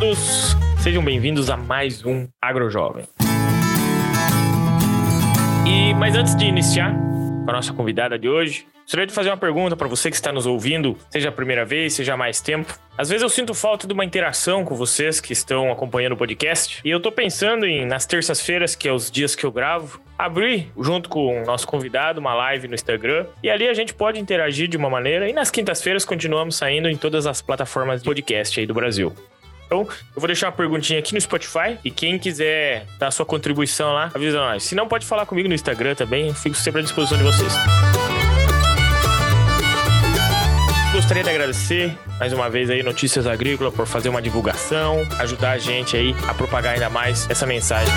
todos, sejam bem-vindos a mais um AgroJovem. Mas antes de iniciar com a nossa convidada de hoje, gostaria de fazer uma pergunta para você que está nos ouvindo, seja a primeira vez, seja há mais tempo. Às vezes eu sinto falta de uma interação com vocês que estão acompanhando o podcast, e eu tô pensando em, nas terças-feiras, que é os dias que eu gravo, abrir, junto com o nosso convidado, uma live no Instagram, e ali a gente pode interagir de uma maneira, e nas quintas-feiras continuamos saindo em todas as plataformas de podcast aí do Brasil. Então, eu vou deixar uma perguntinha aqui no Spotify, e quem quiser dar a sua contribuição lá, avisa nós. Se não, pode falar comigo no Instagram também, eu fico sempre à disposição de vocês. Gostaria de agradecer mais uma vez aí Notícias Agrícolas por fazer uma divulgação, ajudar a gente aí a propagar ainda mais essa mensagem.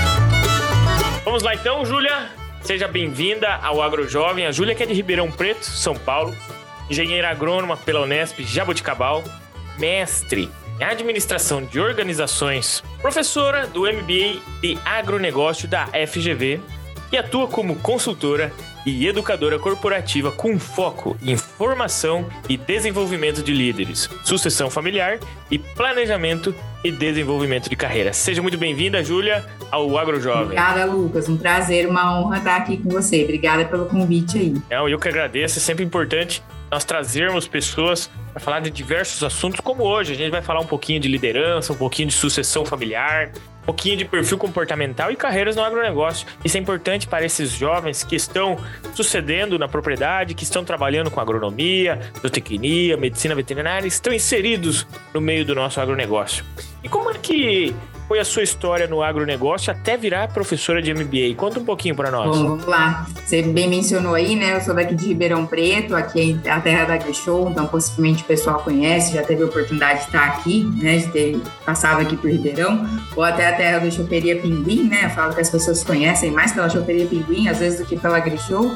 Vamos lá então, Júlia, seja bem-vinda ao AgroJovem. A Júlia que é de Ribeirão Preto, São Paulo, engenheira agrônoma pela Unesp Jaboticabal, mestre em administração de organizações, professora do MBA de agronegócio da FGV e atua como consultora e educadora corporativa com foco em formação e desenvolvimento de líderes, sucessão familiar e planejamento e desenvolvimento de carreira. Seja muito bem-vinda, Júlia, ao AgroJovem. Obrigada, Lucas. Um prazer, uma honra estar aqui com você. Obrigada pelo convite aí. Eu que agradeço. É sempre importante nós trazermos pessoas para falar de diversos assuntos, como hoje. A gente vai falar um pouquinho de liderança, um pouquinho de sucessão familiar, um pouquinho de perfil comportamental e carreiras no agronegócio. Isso é importante para esses jovens que estão sucedendo na propriedade, que estão trabalhando com agronomia, zootecnia, medicina veterinária, estão inseridos no meio do nosso agronegócio. E como é que foi a sua história no agronegócio até virar professora de MBA? Conta um pouquinho para nós. Bom, vamos lá. Você bem mencionou aí, né? Eu sou daqui de Ribeirão Preto, aqui é a terra da AgriShow, então possivelmente o pessoal conhece, já teve a oportunidade de estar aqui, né? De ter passado aqui por Ribeirão, ou até a terra do Choperia Pinguim, né? Eu falo que as pessoas conhecem mais pela Choperia Pinguim, às vezes, do que pela AgriShow.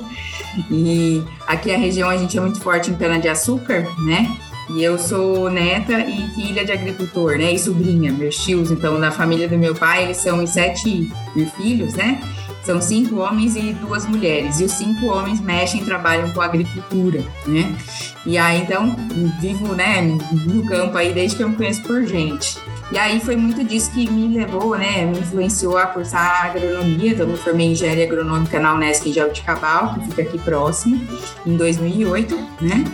E aqui a região a gente é muito forte em cana-de-açúcar, né? E eu sou neta e filha de agricultor, né? E sobrinha, meus tios. Então, na família do meu pai, eles são 7 filhos, né? São 5 homens e 2 mulheres. E os 5 homens trabalham com agricultura, né? E aí, então, vivo, né, no campo aí desde que eu me conheço por gente. E aí foi muito disso que me levou, né, me influenciou a cursar agronomia. Então, eu me formei em engenharia agronômica na Unesp Jaboticabal, que fica aqui próximo, em 2008, né?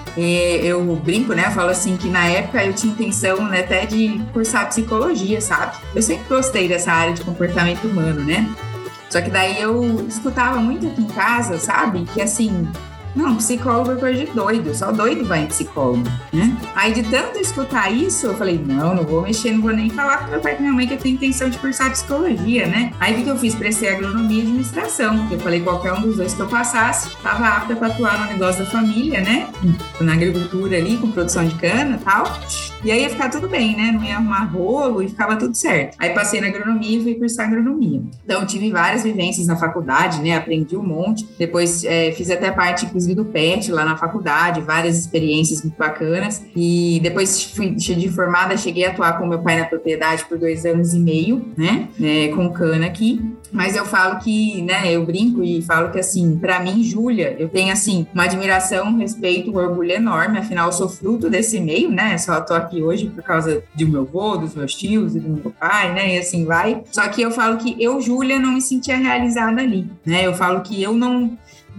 Eu brinco, né? Eu falo assim que na época eu tinha intenção, né, até de cursar psicologia, sabe? Eu sempre gostei dessa área de comportamento humano, né? Só que daí eu escutava muito aqui em casa, sabe? Que assim, não, psicólogo é coisa de doido, só doido vai em psicólogo, né? Aí de tanto escutar isso, eu falei, não vou mexer, não vou nem falar com meu pai e com minha mãe que eu tenho intenção de cursar psicologia, né? Aí o que eu fiz? Prestei agronomia e administração, porque eu falei, qualquer um dos dois que eu passasse, estava apta para atuar no negócio da família, né? Na agricultura ali, com produção de cana e tal. E aí ia ficar tudo bem, né? Não ia arrumar rolo e ficava tudo certo. Aí passei na agronomia e fui cursar agronomia. Então tive várias vivências na faculdade, né? Aprendi um monte. Depois fiz até parte, inclusive, do PET lá na faculdade, várias experiências muito bacanas. E depois de formada, cheguei a atuar com meu pai na propriedade por 2 anos e meio, né? Com cana aqui. Mas eu falo que, né, eu brinco e falo que, assim, pra mim, Júlia, eu tenho, assim, uma admiração, um respeito, um orgulho enorme, afinal, eu sou fruto desse meio, né, só tô aqui hoje por causa do meu avô, dos meus tios e do meu pai, né, e assim vai. Só que eu falo que eu, Júlia, não me sentia realizada ali, né, eu falo que eu não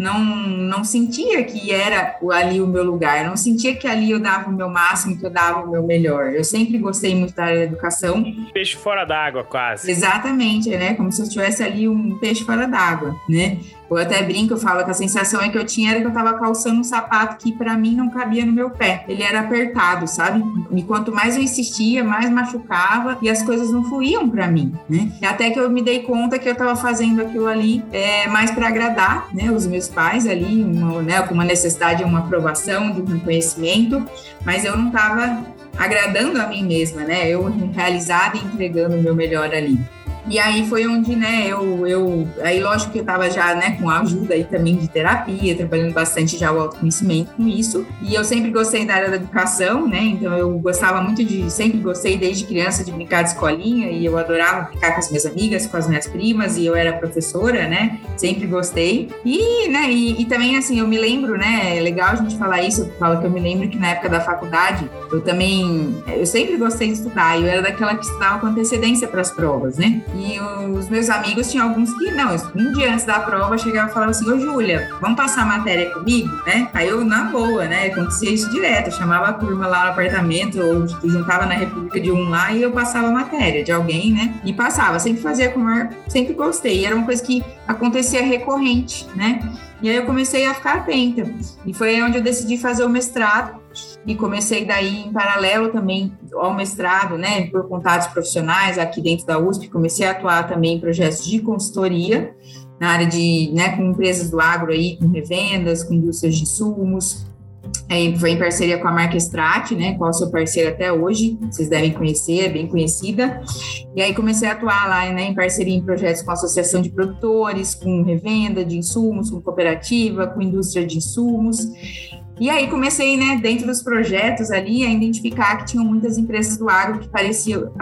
sentia que era ali o meu lugar, eu não sentia que ali eu dava o meu máximo, que eu dava o meu melhor. Eu sempre gostei muito da área da educação. Peixe fora d'água, quase. Exatamente, né? Como se eu tivesse ali um peixe fora d'água, né? Eu até brinco, eu falo que a sensação que eu tinha era que eu tava calçando um sapato que pra mim não cabia no meu pé. Ele era apertado, sabe? E quanto mais eu insistia, mais machucava e as coisas não fluíam pra mim, né? Até que eu me dei conta que eu tava fazendo aquilo ali mais pra agradar, né? Os meus pais ali, com uma necessidade, uma aprovação, de um reconhecimento, mas eu não tava agradando a mim mesma, né? Eu realizada e entregando o meu melhor ali. E aí foi onde, né, aí lógico que eu estava já, né, com a ajuda aí também de terapia, trabalhando bastante já o autoconhecimento com isso. E eu sempre gostei da área da educação, né, então eu gostava muito sempre gostei desde criança de brincar de escolinha e eu adorava brincar com as minhas amigas, com as minhas primas e eu era professora, né, sempre gostei. E, né, e também, assim, eu me lembro, né, é legal a gente falar isso, eu falo que eu me lembro que na época da faculdade, eu sempre gostei de estudar, eu era daquela que estudava com antecedência para as provas, né, e os meus amigos tinham alguns que, não, um dia antes da prova, chegava e falava assim, ô Júlia, vamos passar a matéria comigo, né, aí eu, na boa, né, acontecia isso direto, eu chamava a turma lá no apartamento, ou juntava na República de um lá, e eu passava a matéria de alguém, né, e passava, sempre fazia com sempre gostei, era uma coisa que acontecia recorrente, né, e aí eu comecei a ficar atenta, e foi onde eu decidi fazer o mestrado, e comecei daí em paralelo também ao mestrado, né, por contatos profissionais aqui dentro da USP, comecei a atuar também em projetos de consultoria, na área de, né, com empresas do agro aí, com revendas, com indústrias de insumos, foi em parceria com a marca Strat, né, qual sou parceira até hoje, vocês devem conhecer, é bem conhecida, e aí comecei a atuar lá, né, em parceria em projetos com associação de produtores, com revenda de insumos, com cooperativa, com indústria de insumos, e aí comecei, né, dentro dos projetos ali, a identificar que tinham muitas empresas do agro que pareciam,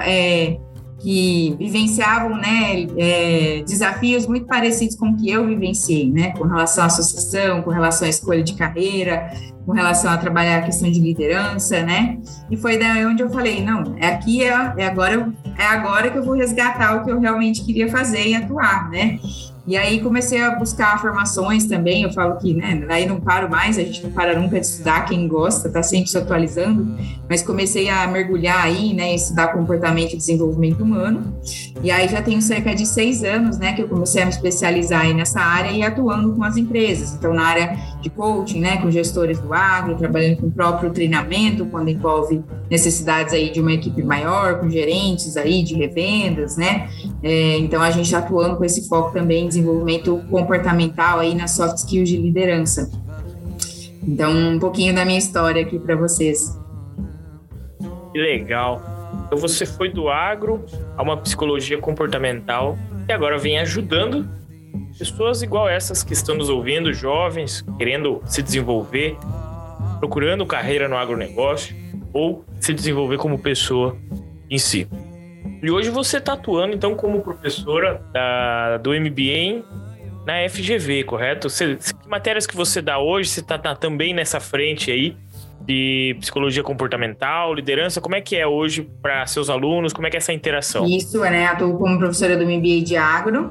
que vivenciavam, né, desafios muito parecidos com o que eu vivenciei, né, com relação à associação, com relação à escolha de carreira, com relação a trabalhar a questão de liderança, né, e foi daí onde eu falei, não, é agora que eu vou resgatar o que eu realmente queria fazer e atuar, né. E aí comecei a buscar formações também, eu falo que, né, aí não paro mais, a gente não para nunca de estudar, quem gosta tá sempre se atualizando, mas comecei a mergulhar aí, né, estudar comportamento e desenvolvimento humano, e aí já tenho cerca de 6 anos, né, que eu comecei a me especializar aí nessa área e atuando com as empresas, então na área de coaching, né, com gestores do agro, trabalhando com o próprio treinamento, quando envolve necessidades aí de uma equipe maior, com gerentes aí de revendas, né, então a gente atuando com esse foco também em desenvolvimento comportamental aí nas soft skills de liderança. Então, um pouquinho da minha história aqui para vocês. Que legal. Então, você foi do agro a uma psicologia comportamental e agora vem ajudando pessoas igual essas que estão nos ouvindo, jovens, querendo se desenvolver, procurando carreira no agronegócio ou se desenvolver como pessoa em si. E hoje você está atuando, então, como professora do MBA na FGV, correto? Que matérias que você dá hoje? Você está também nessa frente aí de psicologia comportamental, liderança? Como é que é hoje para seus alunos? Como é que é essa interação? Isso, né? Atuo como professora do MBA de agro.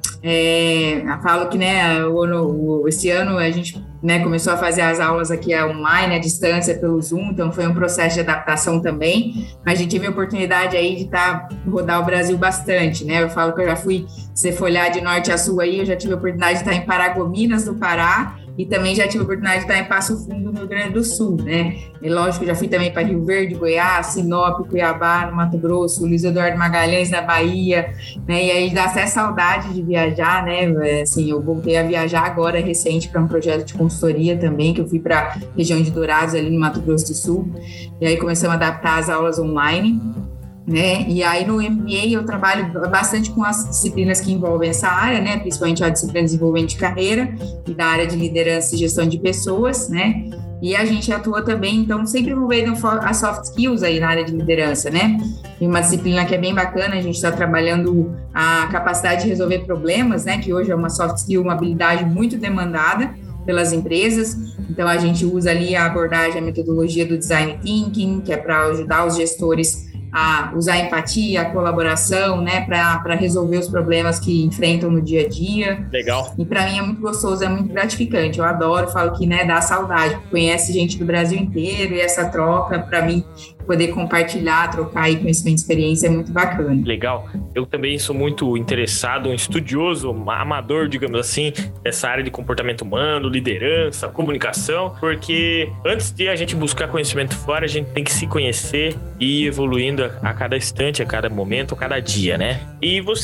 Falo que, né, esse ano a gente, né, começou a fazer as aulas aqui online, à distância, pelo Zoom, então foi um processo de adaptação também, mas a gente teve a oportunidade aí de rodar o Brasil bastante, né, eu falo que eu já fui, se for olhar de norte a sul aí, eu já tive a oportunidade de estar em Paragominas, do Pará, e também já tive a oportunidade de estar em Passo Fundo, no Rio Grande do Sul, né? E lógico, já fui também para Rio Verde, Goiás, Sinop, Cuiabá, no Mato Grosso, Luiz Eduardo Magalhães, na Bahia, né? E aí dá até saudade de viajar, né? Assim, eu voltei a viajar agora, recente, para um projeto de consultoria também, que eu fui para a região de Dourados, ali no Mato Grosso do Sul. E aí começamos a adaptar as aulas online, né? E aí no MBA eu trabalho bastante com as disciplinas que envolvem essa área, né? Principalmente a disciplina de desenvolvimento de carreira e da área de liderança e gestão de pessoas, né? E a gente atua também, então, sempre envolvendo as soft skills aí na área de liderança, né? Tem uma disciplina que é bem bacana, a gente está trabalhando a capacidade de resolver problemas, né? Que hoje é uma soft skill, uma habilidade muito demandada pelas empresas. Então, a gente usa ali a abordagem, a metodologia do Design Thinking, que é para ajudar os gestores a usar a empatia, a colaboração, né, para resolver os problemas que enfrentam no dia a dia. Legal. E para mim é muito gostoso, é muito gratificante. Eu adoro, falo que, né, dá saudade. Conhece gente do Brasil inteiro e essa troca, para mim, poder compartilhar, trocar aí conhecimento e experiência é muito bacana. Legal. Eu também sou muito interessado, um estudioso, amador, digamos assim, dessa área de comportamento humano, liderança, comunicação, porque antes de a gente buscar conhecimento fora, a gente tem que se conhecer e ir evoluindo a cada instante, a cada momento, a cada dia, né? E você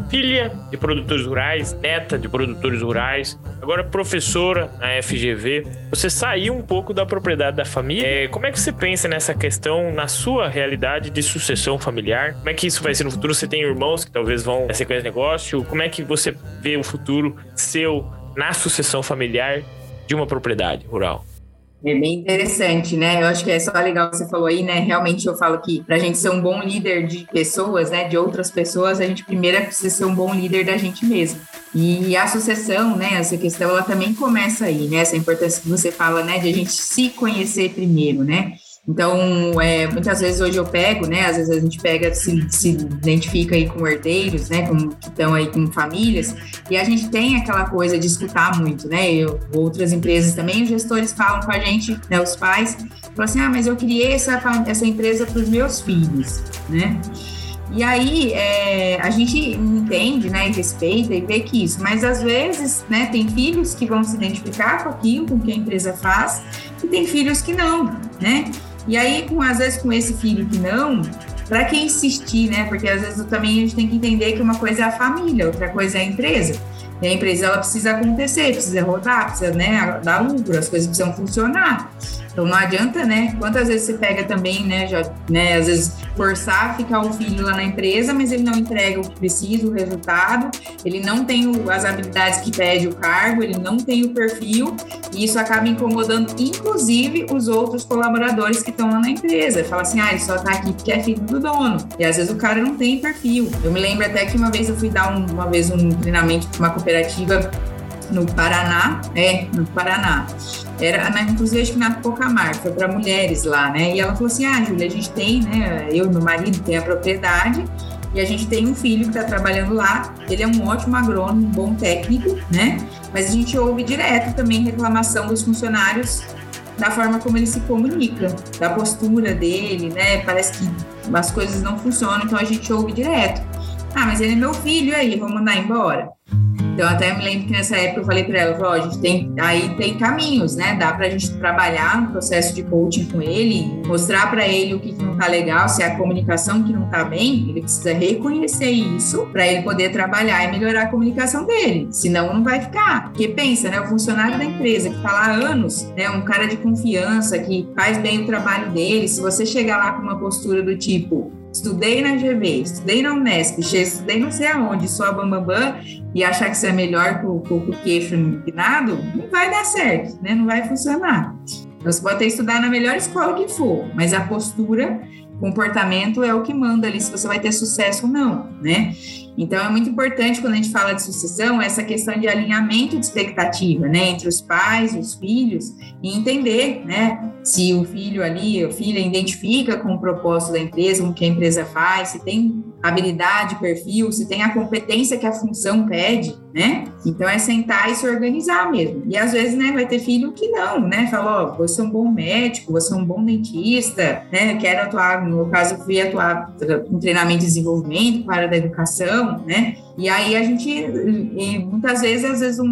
filha de produtores rurais, neta de produtores rurais, agora professora na FGV. Você saiu um pouco da propriedade da família. Como é que você pensa nessa questão na sua realidade de sucessão familiar? Como é que isso vai ser no futuro? Você tem irmãos que talvez vão na sequência de negócio? Como é que você vê o futuro seu na sucessão familiar de uma propriedade rural? É bem interessante, né? Eu acho que é só legal que você falou aí, né? Realmente eu falo que para a gente ser um bom líder de pessoas, né? De outras pessoas, a gente primeiro precisa ser um bom líder da gente mesmo. E a sucessão, né? Essa questão, ela também começa aí, né? Essa importância que você fala, né? De a gente se conhecer primeiro, né? Então, muitas vezes hoje eu pego, né? Às vezes a gente pega, se identifica aí com herdeiros, né? Que estão aí com famílias, e a gente tem aquela coisa de escutar muito, né? Outras empresas também, os gestores falam com a gente, né? Os pais, falam assim, mas eu criei essa empresa para os meus filhos, né? E aí, a gente entende, né, e respeita e vê que isso, mas às vezes, né, tem filhos que vão se identificar com aquilo, com o que a empresa faz, e tem filhos que não, né? E aí, às vezes, com esse filho que não, para que insistir, né? Porque às vezes também a gente tem que entender que uma coisa é a família, outra coisa é a empresa. E a empresa, ela precisa acontecer, precisa rodar, precisa, né, dar lucro, as coisas precisam funcionar. Então não adianta, né? Quantas vezes você pega também, né? Às vezes forçar a ficar o filho lá na empresa, mas ele não entrega o que precisa, o resultado, ele não tem as habilidades que pede o cargo, ele não tem o perfil, e isso acaba incomodando, inclusive, os outros colaboradores que estão lá na empresa. Fala assim, ele só tá aqui porque é filho do dono. E às vezes o cara não tem perfil. Eu me lembro até que uma vez eu fui dar um treinamento para uma cooperativa no Paraná, inclusive acho que na Pocamar, foi para mulheres lá, né? E ela falou assim, Júlia, a gente tem, né? Eu e meu marido tem a propriedade e a gente tem um filho que está trabalhando lá, ele é um ótimo agrônomo, um bom técnico, né? Mas a gente ouve direto também reclamação dos funcionários da forma como ele se comunica, da postura dele, né? Parece que as coisas não funcionam, então a gente ouve direto. Mas ele é meu filho, e aí, vamos mandar embora? Então, até me lembro que nessa época eu falei para ela, a gente tem caminhos, né? Dá para a gente trabalhar no processo de coaching com ele, mostrar para ele o que não tá legal, se é a comunicação que não tá bem, ele precisa reconhecer isso para ele poder trabalhar e melhorar a comunicação dele, senão não vai ficar. Porque pensa, né? O funcionário da empresa que tá lá há anos, né? Um cara de confiança, que faz bem o trabalho dele, se você chegar lá com uma postura do tipo, estudei na GV, estudei na Unesp, estudei não sei aonde, sou a bambambam, e achar que isso é melhor que o queixo empinado, não vai dar certo, né? Não vai funcionar. Então, você pode até estudar na melhor escola que for, mas a postura, comportamento é o que manda ali se você vai ter sucesso ou não, né? Então, é muito importante quando a gente fala de sucessão, essa questão de alinhamento de expectativa, né? Entre os pais, os filhos, e entender, né? Se o filho ali, a filha identifica com o propósito da empresa, com o que a empresa faz, se tem habilidade, perfil, se tem a competência que a função pede, né? Então, é sentar e se organizar mesmo. E, às vezes, né, vai ter filho que não, né? Fala, você é um bom médico, você é um bom dentista, né? Quero atuar, no caso, eu fui atuar em treinamento e desenvolvimento para a área da educação, né? E aí a gente, muitas vezes,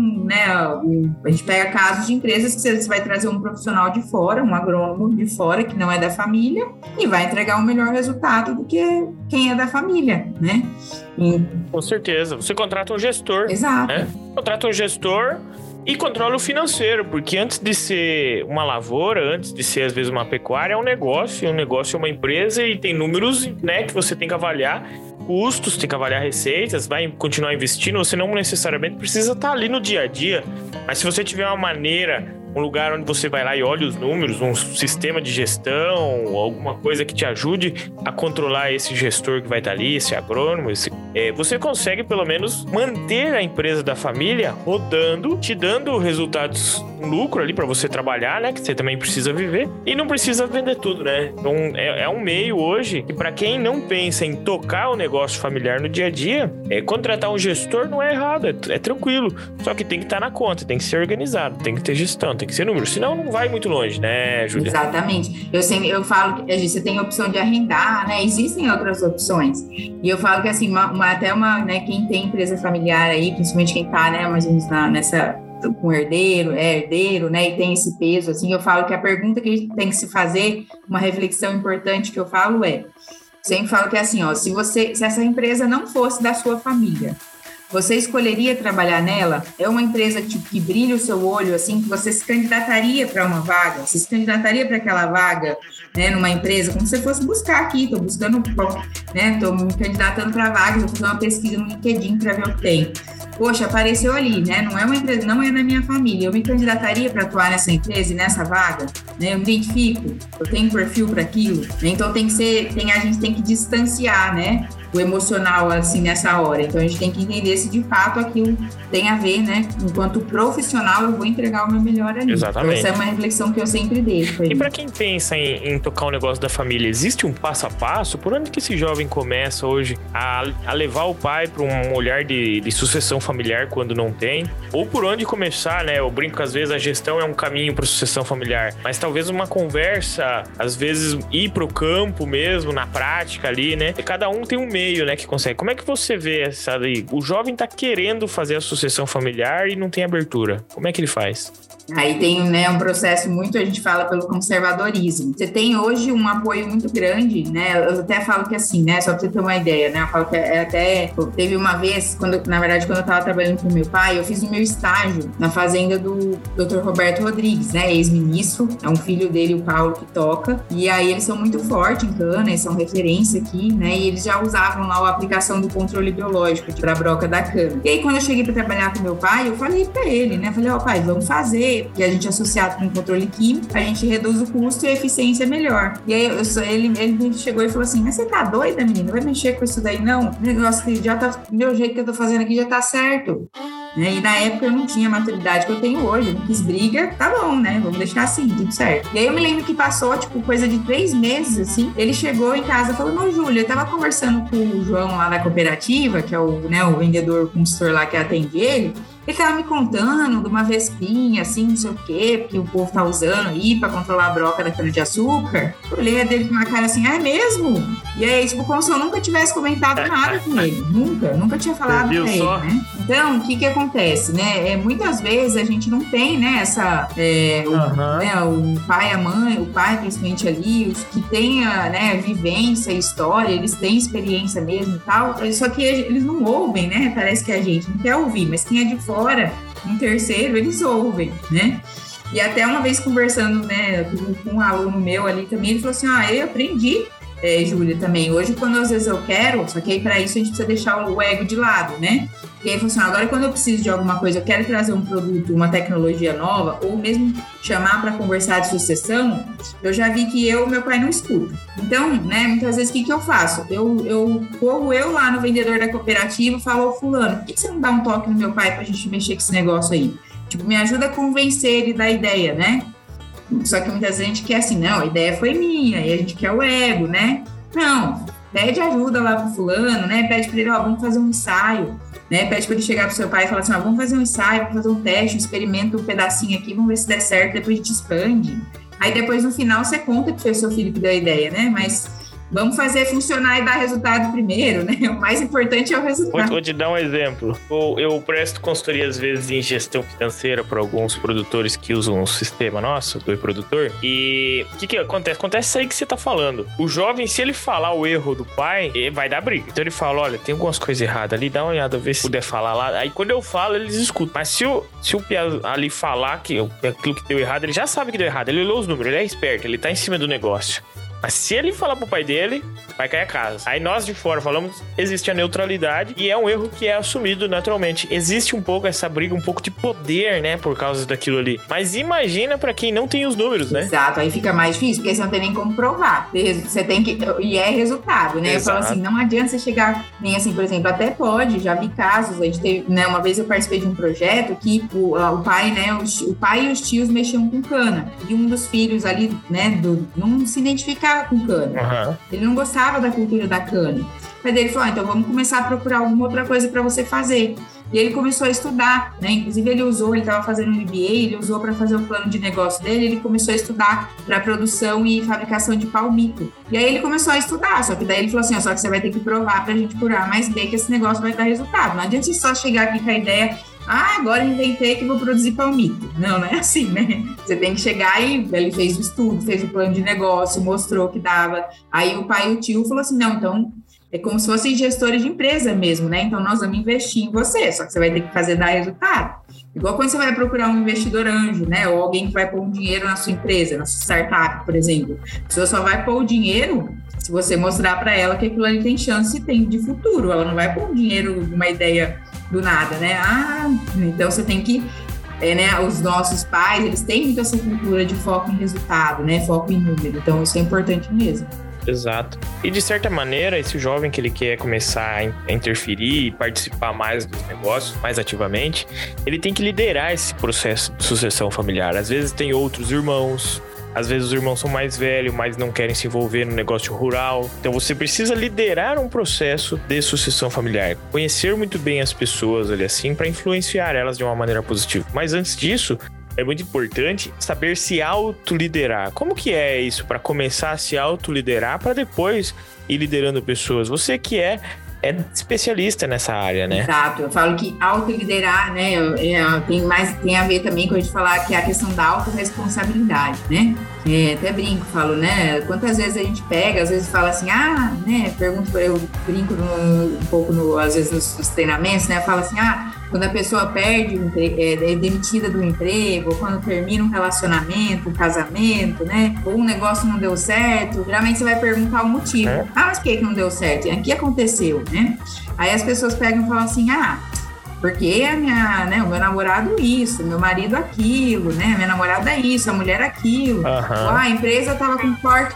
a gente pega casos de empresas que você vai trazer um profissional de fora, um agrônomo de fora, que não é da família, e vai entregar um melhor resultado do que quem é da família, né? Com certeza. Você contrata um gestor. Exato. Né? Contrata um gestor e controla o financeiro, porque antes de ser uma lavoura, antes de ser, às vezes, uma pecuária, é um negócio é uma empresa e tem números, né, que você tem que avaliar, custos, tem que avaliar receitas, vai continuar investindo, você não necessariamente precisa estar ali no dia a dia, mas se você tiver uma maneira, um lugar onde você vai lá e olha os números, um sistema de gestão, alguma coisa que te ajude a controlar esse gestor que vai estar ali, esse agrônomo, você consegue pelo menos manter a empresa da família rodando, te dando resultados, um lucro ali para você trabalhar, né, que você também precisa viver e não precisa vender tudo, né? Então é um meio hoje que para quem não pensa em tocar o negócio familiar no dia a dia, contratar um gestor não é errado, é tranquilo, só que tem que estar na conta, tem que ser organizado, tem que ter gestão, tem que ser número, senão não vai muito longe, né, Júlia? Exatamente. Eu falo que você tem a opção de arrendar, né? Existem outras opções. E eu falo que, assim, né, quem tem empresa familiar aí, principalmente quem tá, né, mais ou menos nessa com herdeiro, né, e tem esse peso, assim, eu falo que a pergunta que a gente tem que se fazer, uma reflexão importante que eu falo sempre falo que é assim, se essa empresa não fosse da sua família, Você escolheria trabalhar nela? É uma empresa que brilha o seu olho, assim, que você se candidataria para uma vaga? Você se candidataria para aquela vaga, né, numa empresa? Como se você fosse buscar aqui, estou buscando, né, estou me candidatando para vaga, vou fazer uma pesquisa no LinkedIn para ver o que tem. Poxa, apareceu ali, né? Não é uma empresa, não é da minha família. Eu me candidataria para atuar nessa empresa e nessa vaga, né? Eu me identifico, eu tenho perfil para aquilo, né? Então a gente tem que distanciar, né? O emocional, assim, nessa hora. Então, a gente tem que entender se, de fato, aquilo tem a ver, né? Enquanto profissional, eu vou entregar o meu melhor ali. Exatamente. Então, essa é uma reflexão que eu sempre deixo. E para quem pensa em tocar um negócio da família, existe um passo a passo? Por onde que esse jovem começa hoje a levar o pai para um olhar de sucessão familiar quando não tem? Ou por onde começar, né? Eu brinco que, às vezes, a gestão é um caminho para sucessão familiar. Mas, talvez, uma conversa, às vezes, ir pro campo mesmo, na prática ali, né? E cada um tem um meio, né, que consegue. Como é que você vê essa aí? O jovem tá querendo fazer a sucessão familiar e não tem abertura. Como é que ele faz? Aí tem, né, um processo muito, a gente fala pelo conservadorismo. Você tem hoje um apoio muito grande, né? Eu até falo que assim, né, só pra você ter uma ideia, né? Eu falo que até teve uma vez, quando eu tava trabalhando com meu pai, eu fiz o meu estágio na fazenda do Dr. Roberto Rodrigues, né, ex-ministro. É um filho dele, o Paulo, que toca. E aí eles são muito fortes em cana, eles são referência aqui, né? E eles já usavam lá a aplicação do controle biológico para a broca da cana. E aí, quando eu cheguei para trabalhar com meu pai, eu falei para ele, né? Falei, ó, pai, vamos fazer, porque a gente é associado com controle químico, a gente reduz o custo e a eficiência é melhor. E aí, ele chegou e falou assim, mas você tá doida, menina? Vai mexer com isso daí, não? O negócio que já tá, do meu jeito que eu tô fazendo aqui já tá certo. Né? E na época eu não tinha a maturidade que eu tenho hoje, eu não quis briga, tá bom, né? Vamos deixar assim, tudo certo. E aí eu me lembro que passou, tipo, coisa de 3 meses, assim, ele chegou em casa e falou, não, Júlia, eu tava conversando com o João lá da cooperativa, que é o vendedor consultor lá que atende ele tava me contando de uma vespinha, assim, não sei o quê, porque o povo tá usando aí pra controlar a broca da cana-de-açúcar. Eu olhei dele com uma cara assim, é mesmo? E aí, tipo, como se eu nunca tivesse comentado nada com ele. Nunca tinha falado pra ele, né? Então, o que acontece, né? Muitas vezes a gente não tem, né, o pai, a mãe, o pai principalmente ali, os que têm a, né, vivência, história, eles têm experiência mesmo e tal, só que eles não ouvem, né? Parece que a gente não quer ouvir, mas quem é de fora, um terceiro, eles ouvem, né? E até uma vez conversando, né, com um aluno meu ali também, ele falou assim, eu aprendi, Júlia, também. Hoje, quando às vezes eu quero, só que aí para isso a gente precisa deixar o ego de lado, né? E aí ele falou assim, agora quando eu preciso de alguma coisa, eu quero trazer um produto, uma tecnologia nova, ou mesmo chamar para conversar de sucessão, eu já vi que meu pai não escuta. Então, né, muitas vezes o que eu faço? Eu corro lá no vendedor da cooperativa, falo, fulano, por que você não dá um toque no meu pai pra gente mexer com esse negócio aí? Tipo, me ajuda a convencer ele da ideia, né? Só que muitas vezes a gente quer assim, não, a ideia foi minha, e a gente quer o ego, né? Não, pede ajuda lá pro fulano, né? Pede pra ele, vamos fazer um ensaio, né? Pede pra ele chegar pro seu pai e falar assim, vamos fazer um ensaio, vamos fazer um teste, experimenta um pedacinho aqui, vamos ver se der certo, depois a gente expande. Aí depois no final você conta que foi seu filho que deu a ideia, né? Mas vamos fazer funcionar e dar resultado primeiro, né? O mais importante é o resultado. Vou te dar um exemplo. Eu presto consultoria, às vezes, em gestão financeira para alguns produtores que usam o sistema nosso, do e-produtor. E o que acontece? Acontece isso aí que você tá falando. O jovem, se ele falar o erro do pai, ele vai dar briga. Então ele fala, olha, tem algumas coisas erradas ali, dá uma olhada, vê se puder falar lá. Aí quando eu falo, eles escutam. Mas se o Pia ali falar que aquilo que deu errado, ele já sabe que deu errado. Ele olhou os números, ele é esperto, ele tá em cima do negócio. Mas se ele falar pro pai dele, vai cair a casa. Aí nós de fora falamos, existe a neutralidade e é um erro que é assumido naturalmente. Existe um pouco essa briga, um pouco de poder, né, por causa daquilo ali. Mas imagina pra quem não tem os números, né? Exato, aí fica mais difícil, porque você não tem nem como provar. Você tem que... E é resultado, né? Exato. Eu falo assim, não adianta você chegar... Nem assim, por exemplo, até pode, já vi casos, a gente teve, né, uma vez eu participei de um projeto que o pai, né, o pai e os tios mexiam com cana. E um dos filhos ali, né, não se identificava com cana. Uhum. Ele não gostava da cultura da cana. Mas ele falou, então vamos começar a procurar alguma outra coisa para você fazer. E ele começou a estudar, né? Inclusive ele estava fazendo um MBA, ele usou para fazer o plano de negócio dele, ele começou a estudar para produção e fabricação de palmito. E aí ele começou a estudar, só que daí ele falou assim, só que você vai ter que provar pra gente por A mais B que esse negócio vai dar resultado. Não adianta você só chegar aqui com a ideia, agora inventei que vou produzir palmito. Não é assim, né? Você tem que chegar e ele fez o estudo, fez o plano de negócio, mostrou que dava. Aí o pai e o tio falou assim, não, então é como se fossem gestores de empresa mesmo, né? Então, nós vamos investir em você, só que você vai ter que fazer dar resultado. Igual quando você vai procurar um investidor anjo, né? Ou alguém que vai pôr um dinheiro na sua empresa, na sua startup, por exemplo. A pessoa só vai pôr o dinheiro se você mostrar para ela que aquilo ali tem chance de futuro. Ela não vai pôr um dinheiro de uma ideia do nada, né? Então você tem que... né, os nossos pais, eles têm muito essa cultura de foco em resultado, né? Foco em número. Então, isso é importante mesmo. Exato. E de certa maneira, esse jovem que ele quer começar a interferir e participar mais dos negócios, mais ativamente, ele tem que liderar esse processo de sucessão familiar. Às vezes tem outros irmãos, às vezes os irmãos são mais velhos, mas não querem se envolver no negócio rural. Então você precisa liderar um processo de sucessão familiar. Conhecer muito bem as pessoas ali assim, para influenciar elas de uma maneira positiva. Mas antes disso, é muito importante saber se autoliderar. Como que é isso para começar a se autoliderar para depois ir liderando pessoas? Você que é especialista nessa área, né? Exato. Eu falo que autoliderar, né, tem a ver também com a gente falar que é a questão da autorresponsabilidade, né? Até brinco, falo, né? Quantas vezes a gente pega, às vezes fala assim, né? Eu brinco um pouco, às vezes, nos treinamentos, né? Falo assim, quando a pessoa perde, é demitida do emprego, ou quando termina um relacionamento, um casamento, né? Ou um negócio não deu certo, geralmente você vai perguntar o motivo. Mas por que não deu certo? O que aconteceu, né? Aí as pessoas pegam e falam assim, porque o meu namorado isso, meu marido aquilo, né? Minha namorada isso, a mulher aquilo. A empresa tava com corte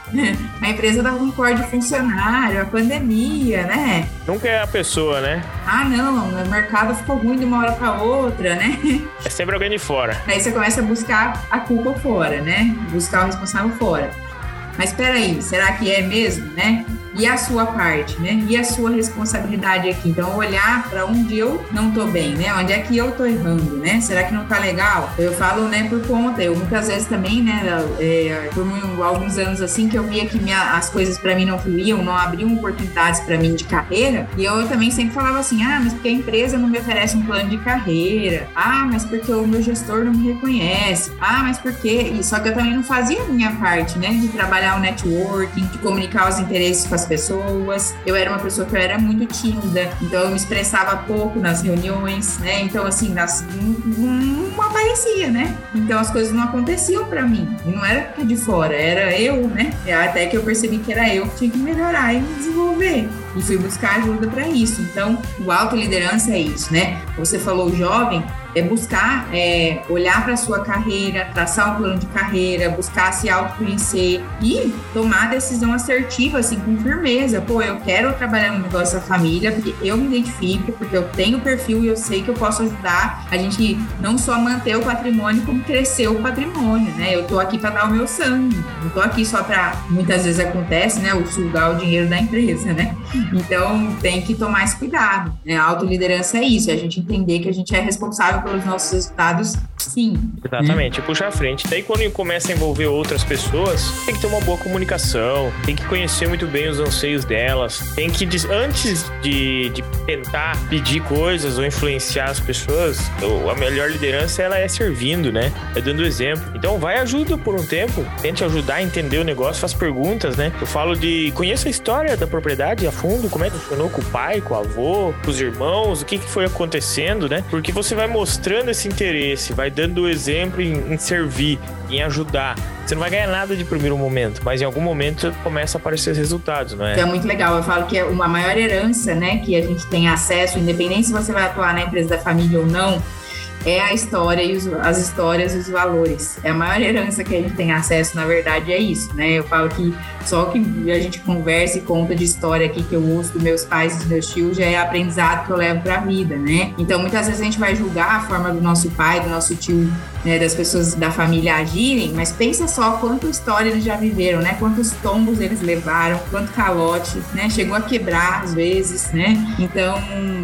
de funcionário, a pandemia, né? Nunca é a pessoa, né? Não, o mercado ficou ruim de uma hora para outra, né? É sempre alguém de fora. Aí você começa a buscar a culpa fora, né? Buscar o responsável fora. Mas espera aí, será que é mesmo, né? E a sua parte, né? E a sua responsabilidade aqui? Então, olhar para onde eu não tô bem, né? Onde é que eu tô errando, né? Será que não tá legal? Eu falo, né, por conta. Eu muitas vezes também, né, por alguns anos assim, que eu via que as coisas para mim não fluíam, não abriam oportunidades para mim de carreira. E eu também sempre falava assim, mas porque a empresa não me oferece um plano de carreira. Mas porque o meu gestor não me reconhece. Mas porque... Só que eu também não fazia a minha parte, né? De trabalhar o networking, de comunicar os interesses com as pessoas. Eu era uma pessoa que eu era muito tímida, então eu me expressava pouco nas reuniões, né? Então, assim, não aparecia, né? Então as coisas não aconteciam pra mim. E não era de fora, era eu, né? Até que eu percebi que era eu que tinha que melhorar e me desenvolver. E fui buscar ajuda para isso. Então, o autoliderança é isso, né? Você falou jovem, é buscar olhar para a sua carreira, traçar um plano de carreira, buscar se autoconhecer e tomar decisão assertiva, assim, com firmeza. Eu quero trabalhar no negócio da família porque eu me identifico, porque eu tenho perfil e eu sei que eu posso ajudar a gente não só manter o patrimônio, como crescer o patrimônio, né? Eu tô aqui para dar o meu sangue, não tô aqui só para, muitas vezes acontece, né, o sugar o dinheiro da empresa, né? Então, tem que tomar esse cuidado, né? A autoliderança é isso, é a gente entender que a gente é responsável pelos nossos resultados, sim. Exatamente, puxar a frente. Daí, quando começa a envolver outras pessoas, tem que ter uma boa comunicação, tem que conhecer muito bem os anseios delas, tem que, antes de tentar pedir coisas ou influenciar as pessoas, a melhor liderança, ela é servindo, né? É dando exemplo. Então, vai ajuda por um tempo, tente ajudar a entender o negócio, faz perguntas, né? Eu falo conheça a história da propriedade a fundo, como é que funcionou com o pai, com o avô, com os irmãos, o que foi acontecendo, né? Porque você vai mostrando esse interesse, vai dando exemplo em servir, em ajudar. Você não vai ganhar nada de primeiro momento, mas em algum momento começa a aparecer os resultados, não é? Então é muito legal. Eu falo que é uma maior herança, né, que a gente tem acesso, independente se você vai atuar na empresa da família ou não, é a história e as histórias e os valores. É a maior herança que a gente tem acesso, na verdade, é isso, né? Eu falo que só que a gente conversa e conta de história aqui que eu ouço dos meus pais e dos meus tios já é aprendizado que eu levo pra vida, né? Então, muitas vezes a gente vai julgar a forma do nosso pai, do nosso tio, né, das pessoas da família agirem, mas pensa só quanta história eles já viveram, né? Quantos tombos eles levaram, quanto calote, né? Chegou a quebrar às vezes, né? Então,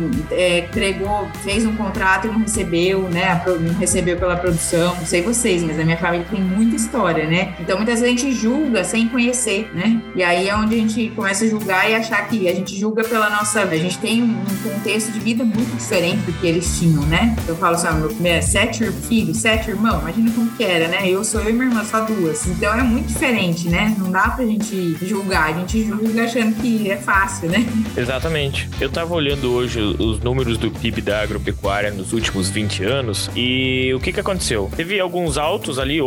fez um contrato e não recebeu, né? Não recebeu pela produção, não sei vocês, mas a minha família tem muita história, né? Então, muitas vezes a gente julga sem conhecer. né? E aí é onde a gente começa a julgar e achar que a gente julga pela nossa... A gente tem um contexto de vida muito diferente do que eles tinham, né? Eu falo assim, meu primeiro 7 filhos, 7 irmãos, imagina como que era, né? Eu e minha irmã, só 2. Então é muito diferente, né? Não dá pra gente julgar, a gente julga achando que é fácil, né? Exatamente. Eu tava olhando hoje os números do PIB da agropecuária nos últimos 20 anos e o que aconteceu? Teve alguns altos ali,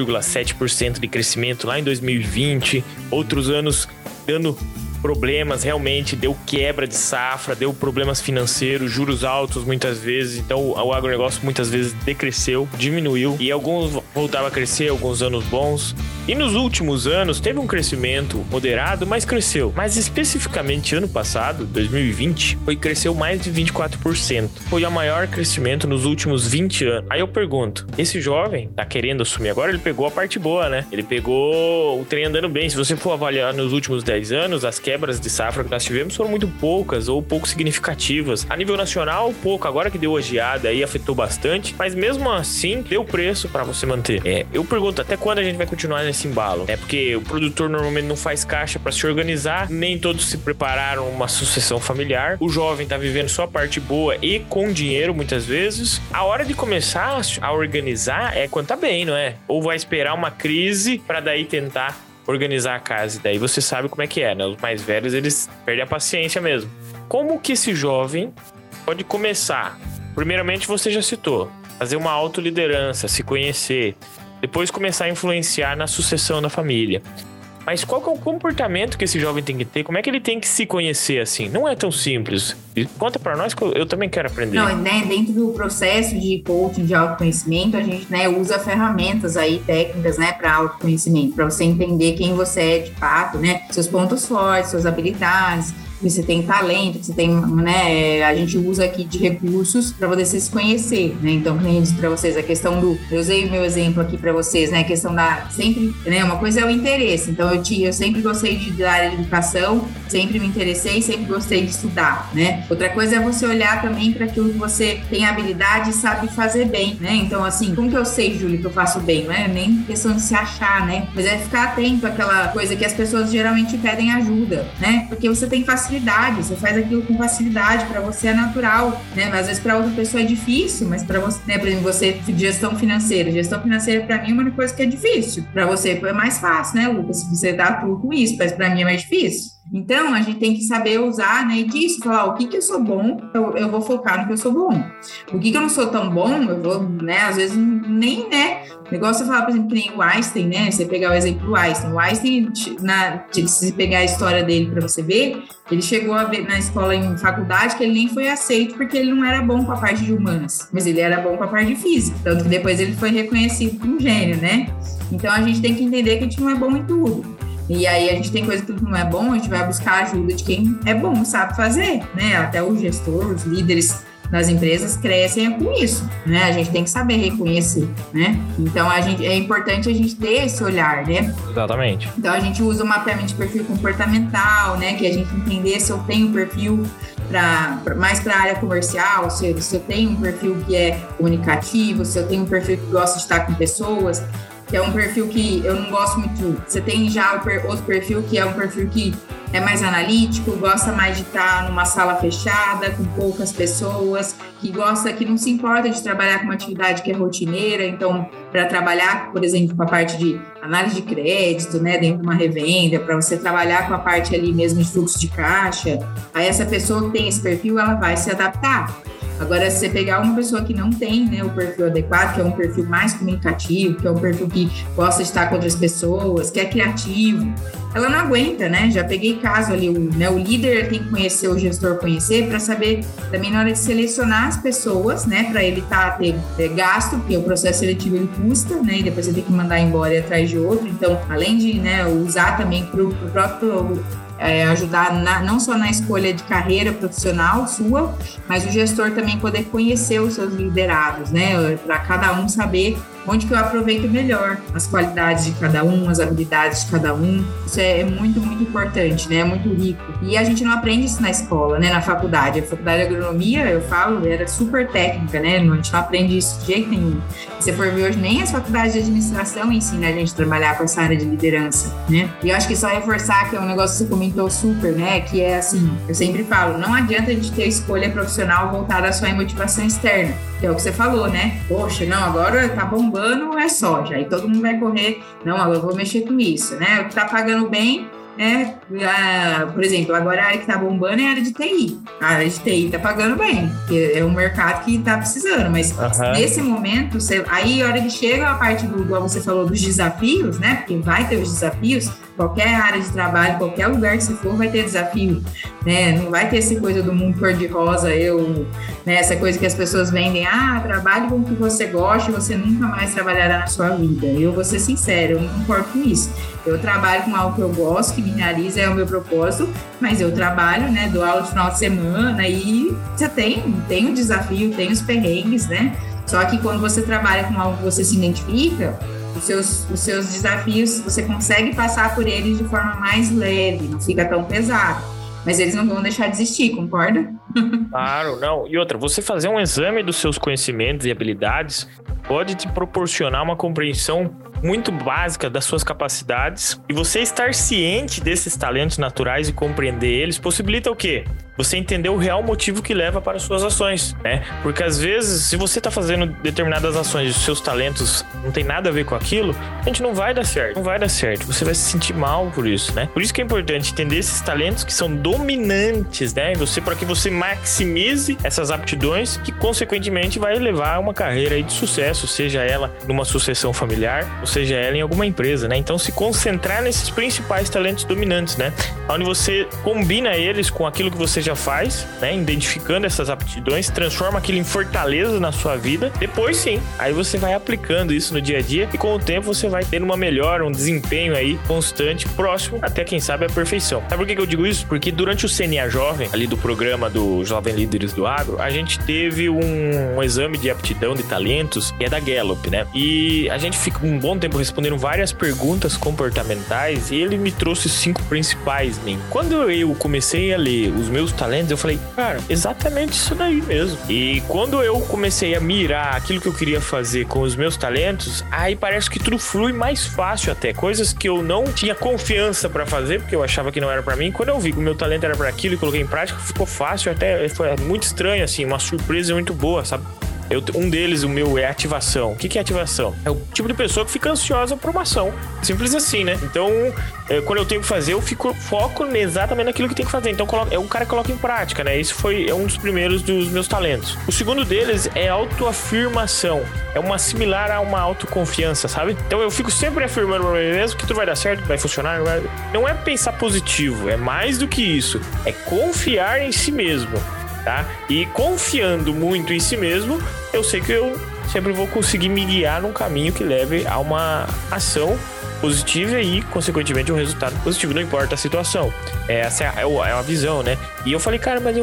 8,7% de crescimento lá em 2020, outros anos dando problemas, realmente deu quebra de safra, deu problemas financeiros, juros altos muitas vezes, então o agronegócio muitas vezes decresceu, diminuiu e alguns voltavam a crescer, alguns anos bons. E nos últimos anos teve um crescimento moderado, mas cresceu. Mas especificamente ano passado, 2020, cresceu mais de 24%. Foi o maior crescimento nos últimos 20 anos. Aí eu pergunto, esse jovem tá querendo assumir agora? Ele pegou a parte boa, né? Ele pegou o trem andando bem. Se você for avaliar nos últimos 10 anos, as quebras de safra que nós tivemos foram muito poucas ou pouco significativas. A nível nacional, pouco. Agora que deu a geada aí, afetou bastante. Mas mesmo assim, deu preço para você manter. Eu pergunto, até quando a gente vai continuar nesse embalo? Porque o produtor normalmente não faz caixa para se organizar, nem todos se prepararam uma sucessão familiar. O jovem tá vivendo só a parte boa e com dinheiro, muitas vezes. A hora de começar a organizar é quando tá bem, não é? Ou vai esperar uma crise para daí tentar organizar a casa. E daí você sabe como é que é, né? Os mais velhos, eles perdem a paciência mesmo. Como que esse jovem pode começar? Primeiramente, você já citou, fazer uma autoliderança, se conhecer, depois começar a influenciar na sucessão da família. Mas qual que é o comportamento que esse jovem tem que ter? Como é que ele tem que se conhecer assim? Não é tão simples. Conta pra nós que eu também quero aprender. Não, né, dentro do processo de coaching de autoconhecimento, a gente, né, usa ferramentas aí, técnicas, né, para autoconhecimento, para você entender quem você é de fato, né, seus pontos fortes, suas habilidades, que você tem talento, que você tem, né, a gente usa aqui de recursos para você se conhecer, né, então, como eu disse para vocês, a questão eu usei o meu exemplo aqui para vocês, né, a questão da, sempre, né, uma coisa é o interesse, então eu sempre gostei da área de educação, sempre me interessei, sempre gostei de estudar, né, outra coisa é você olhar também para aquilo que você tem habilidade e sabe fazer bem, né, então, assim, como que eu sei, Júlia, que eu faço bem, não é nem questão de se achar, né, mas é ficar atento àquela coisa que as pessoas geralmente pedem ajuda, né, porque você tem facilidade, você faz aquilo com facilidade, para você é natural, né? Mas às vezes para outra pessoa é difícil, mas para você, né? Por exemplo, você, gestão financeira para mim é uma coisa que é difícil, para você é mais fácil, né, Lucas? Se você tá tudo com isso, mas para mim é mais difícil. Então, a gente tem que saber usar, né, disso, falar o que eu sou bom, eu vou focar no que eu sou bom. O que eu não sou tão bom, eu vou, né, às vezes nem, né, o negócio é falar, por exemplo, que nem o Einstein, né, você pegar o exemplo do Einstein. O Einstein, se pegar a história dele para você ver, ele chegou a ver na escola, em faculdade, que ele nem foi aceito porque ele não era bom com a parte de humanas, mas ele era bom com a parte de física, tanto que depois ele foi reconhecido como gênio, né? Então, a gente tem que entender que a gente não é bom em tudo. E aí a gente tem coisa que não é bom, a gente vai buscar a ajuda de quem é bom, sabe fazer, né? Até o gestor, os líderes das empresas crescem com isso, né? A gente tem que saber reconhecer, né? Então é importante a gente ter esse olhar, né? Exatamente. Então a gente usa o mapeamento de perfil comportamental, né? Que a gente entender se eu tenho perfil mais para a área comercial, se eu tenho um perfil que é comunicativo, se eu tenho um perfil que gosta de estar com pessoas, que é um perfil que eu não gosto muito. Você tem já outro perfil que é um perfil que é mais analítico, gosta mais de estar numa sala fechada, com poucas pessoas, que não se importa de trabalhar com uma atividade que é rotineira. Então, para trabalhar, por exemplo, com a parte de análise de crédito, né, dentro de uma revenda, para você trabalhar com a parte ali mesmo de fluxo de caixa, aí essa pessoa que tem esse perfil, ela vai se adaptar. Agora, se você pegar uma pessoa que não tem, né, o perfil adequado, que é um perfil mais comunicativo, que é um perfil que gosta de estar com outras pessoas, que é criativo, ela não aguenta, né? Já peguei caso ali, o líder tem que conhecer, o gestor conhecer, para saber também na hora de selecionar as pessoas, né, para evitar ter gasto, porque o processo seletivo ele custa, né, e depois você tem que mandar embora e ir atrás de outro. Então, além de, né, usar também para o próprio ajudar não só na escolha de carreira profissional sua, mas o gestor também poder conhecer os seus liderados, né, para cada um saber onde que eu aproveito melhor as qualidades de cada um, as habilidades de cada um. Isso é muito, muito importante, né? É muito rico. E a gente não aprende isso na escola, né? Na faculdade. A faculdade de agronomia, eu falo, era super técnica, né? A gente não aprende isso de jeito nenhum. Se você for ver hoje, nem as faculdades de administração ensinam a gente a trabalhar com essa área de liderança, né? E eu acho que só reforçar que é um negócio que você comentou super, né? Que é assim, eu sempre falo, não adianta a gente ter escolha profissional voltada só em motivação externa, que é o que você falou, né? Poxa, não, agora tá bombando é soja, aí todo mundo vai correr, não, agora eu vou mexer com isso, né? O que tá pagando bem, né? Por exemplo, agora a área que tá bombando é a área de TI. A área de TI tá pagando bem, porque é um mercado que tá precisando, mas nesse momento, aí a hora que chega a parte do, igual você falou, dos desafios, né? Porque vai ter os desafios, qualquer área de trabalho, qualquer lugar que você for, vai ter desafio, né? Não vai ter essa coisa do mundo cor-de-rosa, né? Essa coisa que as pessoas vendem, trabalhe com o que você gosta e você nunca mais trabalhará na sua vida. Eu vou ser sincero, eu não concordo com isso. Eu trabalho com algo que eu gosto, que me realiza, é o meu propósito, mas eu trabalho, né? Dou aula de final de semana e você tem o desafio, tem os perrengues, né? Só que quando você trabalha com algo que você se identifica, os seus desafios, você consegue passar por eles de forma mais leve, não fica tão pesado. Mas eles não vão deixar de existir, concorda? Claro, não. E outra, você fazer um exame dos seus conhecimentos e habilidades pode te proporcionar uma compreensão muito básica das suas capacidades, e você estar ciente desses talentos naturais e compreender eles possibilita o quê? Você entender o real motivo que leva para as suas ações, né? Porque às vezes, se você está fazendo determinadas ações e os seus talentos não tem nada a ver com aquilo, a gente não vai dar certo, você vai se sentir mal por isso, né? Por isso que é importante entender esses talentos que são dominantes, né? Para que você maximize essas aptidões, que consequentemente vai levar a uma carreira aí de sucesso, seja ela numa sucessão familiar, ou seja ela em alguma empresa, né? Então se concentrar nesses principais talentos dominantes, né? Onde você combina eles com aquilo que você já faz, né? Identificando essas aptidões, transforma aquilo em fortaleza na sua vida. Depois sim, aí você vai aplicando isso no dia a dia e com o tempo você vai tendo uma melhora, um desempenho aí constante, próximo até quem sabe a perfeição. Sabe por que eu digo isso? Porque durante o CNA Jovem, ali do programa do Jovem Líderes do Agro, a gente teve um exame de aptidão de talentos que é da Gallup, né? E a gente fica um bom tempo respondendo várias perguntas comportamentais e ele me trouxe 5 principais, né? Quando eu comecei a ler os meus talentos, eu falei, cara, exatamente isso daí mesmo. E quando eu comecei a mirar aquilo que eu queria fazer com os meus talentos, aí parece que tudo flui mais fácil até. Coisas que eu não tinha confiança pra fazer, porque eu achava que não era pra mim. Quando eu vi que o meu talento era pra aquilo e coloquei em prática, ficou fácil, até foi muito estranho, assim, uma surpresa muito boa, sabe? Um deles, o meu, é ativação. O que é ativação? É o tipo de pessoa que fica ansiosa por uma ação. Simples assim, né? Então, quando eu tenho que fazer, eu foco exatamente naquilo que tem que fazer. Então, o cara coloca em prática, né? Isso é um dos primeiros dos meus talentos. O segundo deles é autoafirmação. É uma similar a uma autoconfiança, sabe? Então, eu fico sempre afirmando pra mim mesmo que tudo vai dar certo, que vai funcionar. Não é pensar positivo, é mais do que isso. É confiar em si mesmo. Tá? E confiando muito em si mesmo, eu sei que eu sempre vou conseguir me guiar num caminho que leve a uma ação positiva e, consequentemente, um resultado positivo, não importa a situação. Essa é a visão, né? E eu falei, cara, mas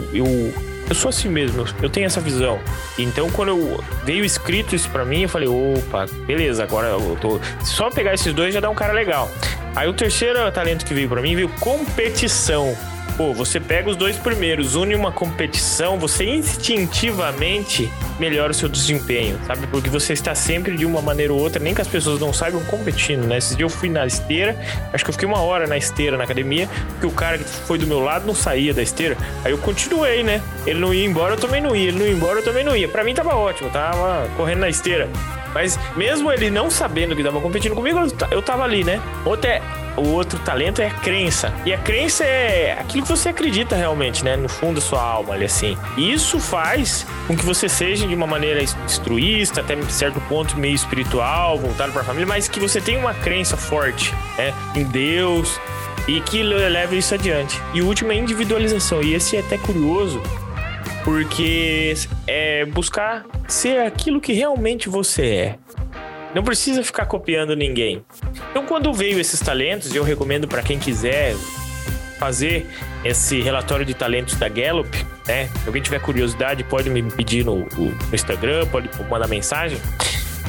eu sou assim mesmo, eu tenho essa visão. Então, quando veio escrito isso pra mim, eu falei, opa, beleza, agora eu tô... Só pegar esses dois já dá um cara legal. Aí o terceiro talento que veio pra mim veio competição. Pô, você pega os dois primeiros, une uma competição, você instintivamente melhora o seu desempenho, sabe? Porque você está sempre de uma maneira ou outra, nem que as pessoas não saibam, competindo, né? Esse dia eu fui na esteira, acho que eu fiquei 1 hora na esteira, na academia, porque o cara que foi do meu lado não saía da esteira. Aí eu continuei, né? Ele não ia embora, eu também não ia. Ele não ia embora, eu também não ia. Pra mim tava ótimo, eu tava correndo na esteira. Mas mesmo ele não sabendo que tava competindo comigo, eu tava ali, né? O outro talento é a crença. E a crença é aquilo que você acredita realmente, né? No fundo da sua alma, ali assim. E isso faz com que você seja de uma maneira instruísta, até certo ponto meio espiritual, voltado para a família, mas que você tenha uma crença forte, né? Em Deus e que leve isso adiante. E o último é individualização. E esse é até curioso, porque é buscar ser aquilo que realmente você é. Não precisa ficar copiando ninguém. Então, quando veio esses talentos, eu recomendo para quem quiser fazer esse relatório de talentos da Gallup, né? Se alguém tiver curiosidade, pode me pedir no Instagram, pode mandar mensagem.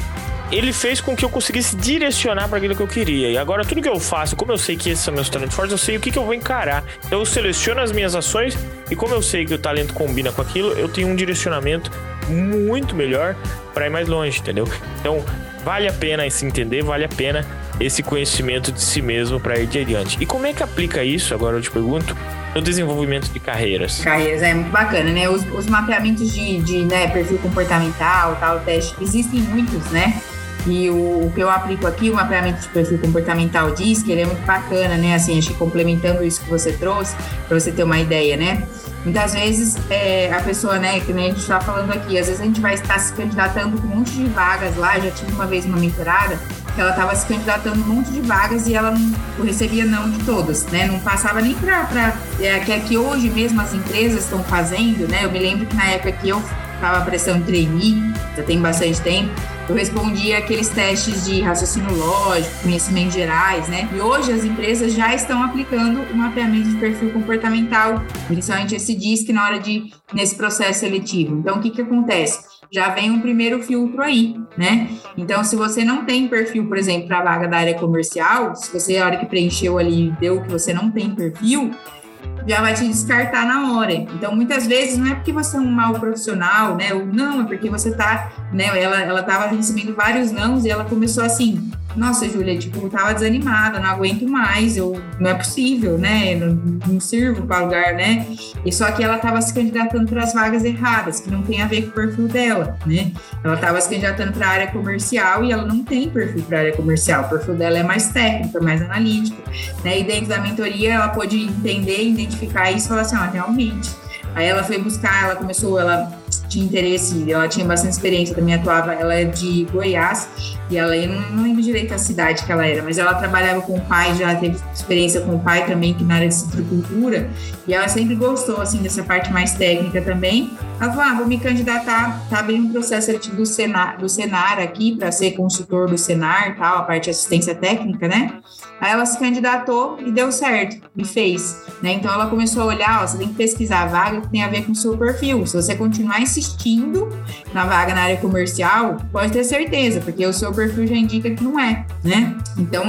ele fez com que eu conseguisse direcionar para aquilo que eu queria. E agora tudo que eu faço, como eu sei que esses são meus talentos fortes, eu sei o que eu vou encarar. Então eu seleciono as minhas ações e como eu sei que o talento combina com aquilo, eu tenho um direcionamento muito melhor para ir mais longe, entendeu? Então vale a pena se entender, vale a pena esse conhecimento de si mesmo para ir adiante. E como é que aplica isso, agora eu te pergunto, no desenvolvimento de carreiras? Carreiras é muito bacana, né? Os mapeamentos de né, perfil comportamental, tal, teste, existem muitos, né? E o que eu aplico aqui, o mapeamento de perfil comportamental DISC, ele é muito bacana, né? Assim, acho que complementando isso que você trouxe, para você ter uma ideia, né? Muitas vezes a pessoa, né, que nem a gente está falando aqui, às vezes a gente vai estar se candidatando com um monte de vagas lá. Eu já tive uma vez uma mentorada que ela estava se candidatando um monte de vagas e ela não recebia não de todas, né? Não passava nem para que hoje mesmo as empresas estão fazendo, né? Eu me lembro que na época que eu estava prestando trainee, já tem bastante tempo, eu respondia aqueles testes de raciocínio lógico, conhecimentos gerais, né? E hoje as empresas já estão aplicando o mapeamento de perfil comportamental, principalmente esse DISC nesse processo seletivo. Então, o que acontece? Já vem um primeiro filtro aí, né? Então, se você não tem perfil, por exemplo, para a vaga da área comercial, se você, a hora que preencheu ali, deu que você não tem perfil, já vai te descartar na hora. Então, muitas vezes, não é porque você é um mau profissional, né? Ou não, é porque você tá, né? Ela tava recebendo vários nãos e ela começou assim, nossa, Júlia, tipo, eu tava desanimada, não aguento mais, não é possível, né? Não sirvo para lugar, né? E só que ela tava se candidatando para as vagas erradas, que não tem a ver com o perfil dela, né? Ela tava se candidatando para a área comercial e ela não tem perfil para a área comercial. O perfil dela é mais técnico, é mais analítico, né? E dentro da mentoria, ela pôde entender, identificar isso e falar assim, realmente. Aí ela foi buscar, ela tinha interesse, ela tinha bastante experiência, também atuava, ela é de Goiás, e ela, eu não lembro direito a cidade que ela era, mas ela trabalhava com o pai, já teve experiência com o pai também, que na área de citricultura, e ela sempre gostou, assim, dessa parte mais técnica também. Ela falou, vou me candidatar, tá abrindo um processo seletivo do Senar aqui, para ser consultor do Senar, tal, a parte de assistência técnica, né? Aí ela se candidatou e deu certo, e fez, né? Então ela começou a olhar, você tem que pesquisar a vaga que tem a ver com o seu perfil. Se você continuar insistindo na vaga na área comercial, pode ter certeza, porque o seu perfil já indica que não é, né? Então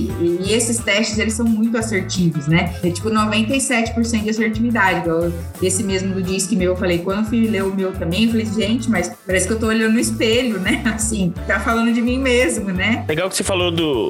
esses testes, eles são muito assertivos, né? É tipo 97% de assertividade, igual esse mesmo do DISC meu, eu falei, quando eu fui ler o meu também, eu falei, gente, mas parece que eu tô olhando no espelho, né? Assim, tá falando de mim mesmo, né? Legal que você falou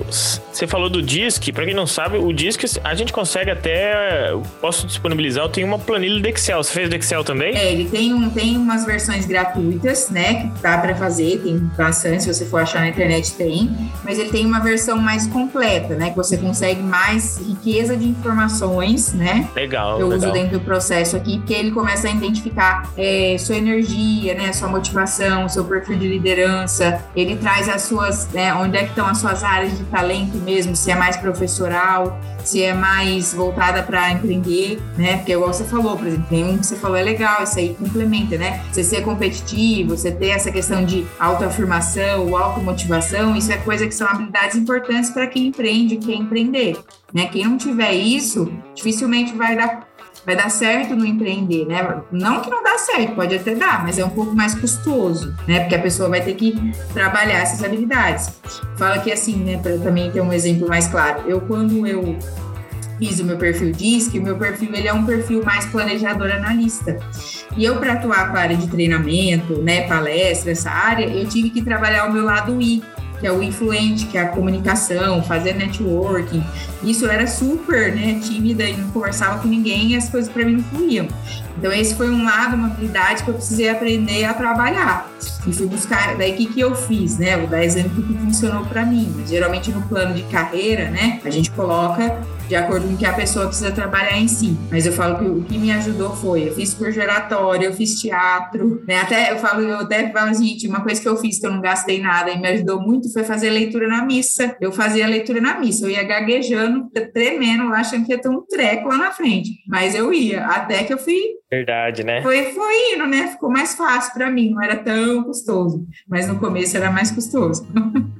do DISC, pra quem não sabe, o DISC a gente consegue até, eu posso disponibilizar, eu tenho uma planilha de Excel. Você fez do Excel também? Ele tem umas versões gratuitas, né, que dá pra fazer, tem bastante, se você for achar na internet tem, mas ele tem uma versão mais completa, né, que você consegue mais riqueza de informações, né? Legal, eu uso dentro do processo aqui, porque ele começa a identificar sua energia, né, sua motivação, seu perfil de liderança, ele traz as suas, né, onde é que estão as suas áreas de talento mesmo, se é mais professoral, se é mais voltada para empreender, né? Porque igual você falou, por exemplo, tem um que você falou é legal, isso aí complementa, né? Você ser competitivo, você ter essa questão de autoafirmação, automotivação, isso é coisa que são habilidades importantes para quem empreende, quer empreender, né? Quem não tiver isso, dificilmente vai dar certo no empreender, né? Não que não dá certo, pode até dar, mas é um pouco mais custoso, né? Porque a pessoa vai ter que trabalhar essas habilidades. Fala que assim, né? Para também ter um exemplo mais claro. Quando eu fiz o meu perfil DISC, o meu perfil ele é um perfil mais planejador analista. E eu, para atuar com a área de treinamento, né? Palestra, essa área, eu tive que trabalhar o meu lado I, que é o influente, que é a comunicação, fazer networking. Isso eu era super, né, tímida e não conversava com ninguém e as coisas para mim não fluíam. Então esse foi um lado, uma habilidade que eu precisei aprender a trabalhar. E fui buscar, daí o que eu fiz, né? Vou dar exemplo que funcionou para mim. Mas, geralmente no plano de carreira, né, a gente coloca de acordo com o que a pessoa precisa trabalhar em si. Mas eu falo que o que me ajudou foi, eu fiz curso de oratória, eu fiz teatro, né? Eu até falo, gente, uma coisa que eu fiz que eu não gastei nada e me ajudou muito foi fazer leitura na missa. Eu fazia leitura na missa, eu ia gaguejando, tremendo lá, achando que ia ter um treco lá na frente. Mas eu ia, até que eu fui... Verdade, né? Foi indo, né? Ficou mais fácil para mim, não era tão custoso. Mas no começo era mais custoso.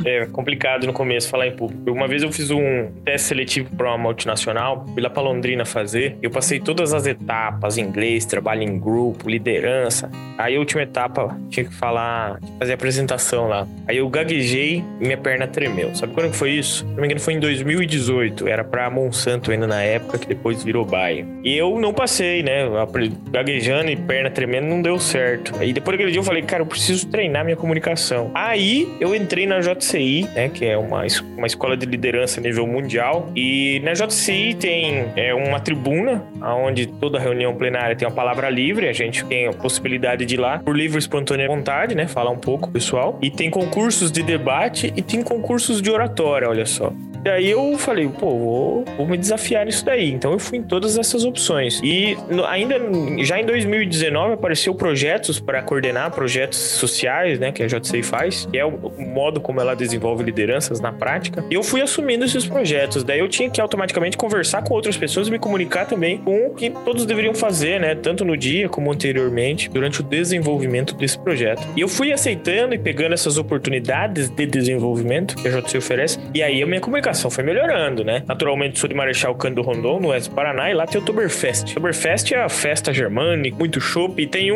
É complicado no começo falar em público. Uma vez eu fiz um teste seletivo para uma multinacional, fui lá para Londrina fazer. Eu passei todas as etapas, inglês, trabalho em grupo, liderança. Aí a última etapa, tinha que falar, fazer apresentação lá. Aí eu gaguejei e minha perna tremeu. Sabe quando que foi isso? Se não me engano, foi em 2018. Era pra Monsanto ainda na época, que depois virou Bayer. E eu não passei, né? Gaguejando e perna tremendo não deu certo. Aí depois daquele dia eu falei, cara, eu preciso treinar minha comunicação. Aí eu entrei na JCI, né? Que é uma escola de liderança a nível mundial. E na JCI tem uma tribuna, onde toda reunião plenária tem uma palavra livre. A gente tem a possibilidade de ir lá por livre e espontânea vontade, né? Falar um pouco, pessoal. E tem concursos de debate e tem concursos de oratória, olha só. E aí eu falei, pô, vou me desafiar nisso daí. Então eu fui em todas essas opções. E ainda já em 2019 apareceu projetos para coordenar projetos sociais, né, que a JCI faz, que é o modo como ela desenvolve lideranças na prática. E eu fui assumindo esses projetos. Daí eu tinha que automaticamente conversar com outras pessoas e me comunicar também com o que todos deveriam fazer, né, tanto no dia como anteriormente, durante o desenvolvimento desse projeto. E eu fui aceitando e pegando essas oportunidades de desenvolvimento que a JCI oferece. E aí a minha comunicação foi melhorando, né? Naturalmente, sou de Marechal Cândido Rondon, no oeste do Paraná, e lá tem o Oktoberfest. Oktoberfest é a festa germânica, muito chopp, e tem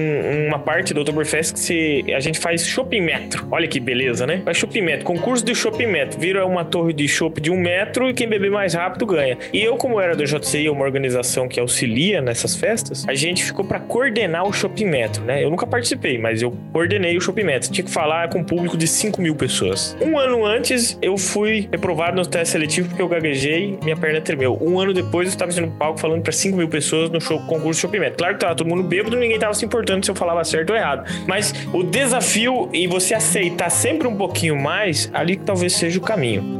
uma parte do Oktoberfest que a gente faz shopping metro. Olha que beleza, né? Faz shopping metro, concurso de shopping metro. Vira uma torre de chopp de 1 metro e quem beber mais rápido ganha. E eu, como era da JCI, uma organização que auxilia nessas festas, a gente ficou pra coordenar o shopping metro, né? Eu nunca participei, mas eu coordenei o shopping metro. Tinha que falar com um público de 5.000 pessoas. Um ano antes, eu fui reprovado no teste seletivo porque eu gaguejei e minha perna tremeu. Um ano depois eu estava no palco falando para 5.000 pessoas no concurso de shopping metro. Claro que tava todo mundo bêbado, ninguém tava se importando se eu falava certo ou errado. Mas o desafio e você aceitar sempre um pouquinho mais, ali que talvez seja o caminho.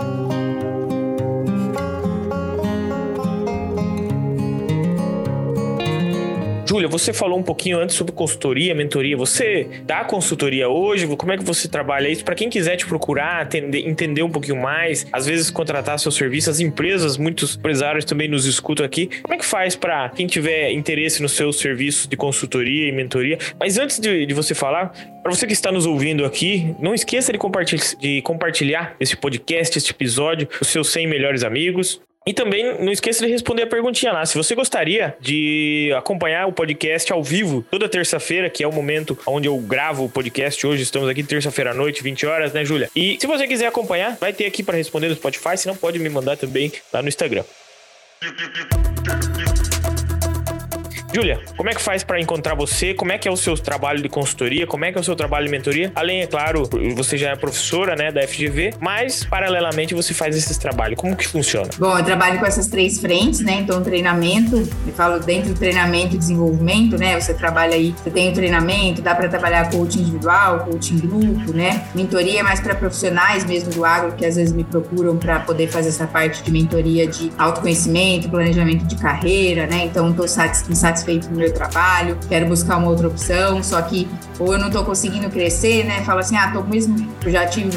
Júlia, você falou um pouquinho antes sobre consultoria, mentoria. Você dá consultoria hoje? Como é que você trabalha isso? Para quem quiser te procurar, entender um pouquinho mais, às vezes contratar seu serviço, as empresas, muitos empresários também nos escutam aqui. Como é que faz para quem tiver interesse nos seus serviços de consultoria e mentoria? Mas antes de você falar, para você que está nos ouvindo aqui, não esqueça de compartilhar esse podcast, este episódio, com os seus 100 melhores amigos. E também não esqueça de responder a perguntinha lá. Se você gostaria de acompanhar o podcast ao vivo toda terça-feira, que é o momento onde eu gravo o podcast, hoje estamos aqui terça-feira à noite, 20 horas, né, Júlia? E se você quiser acompanhar, vai ter aqui para responder no Spotify, se não pode me mandar também lá no Instagram. Júlia, como é que faz para encontrar você? Como é que é o seu trabalho de consultoria? Como é que é o seu trabalho de mentoria? Além, é claro, você já é professora, né, da FGV, mas, paralelamente, você faz esses trabalhos. Como que funciona? Bom, eu trabalho com essas 3 frentes, né? Então, treinamento, eu falo dentro do treinamento e desenvolvimento, né? Você trabalha aí, você tem o treinamento, dá para trabalhar coaching individual, coaching grupo, né? Mentoria é mais para profissionais mesmo do agro, que às vezes me procuram para poder fazer essa parte de mentoria de autoconhecimento, planejamento de carreira, né? Então, estou insatisfeito no meu trabalho, quero buscar uma outra opção, só que ou eu não tô conseguindo crescer, né? Falo assim, eu já tive,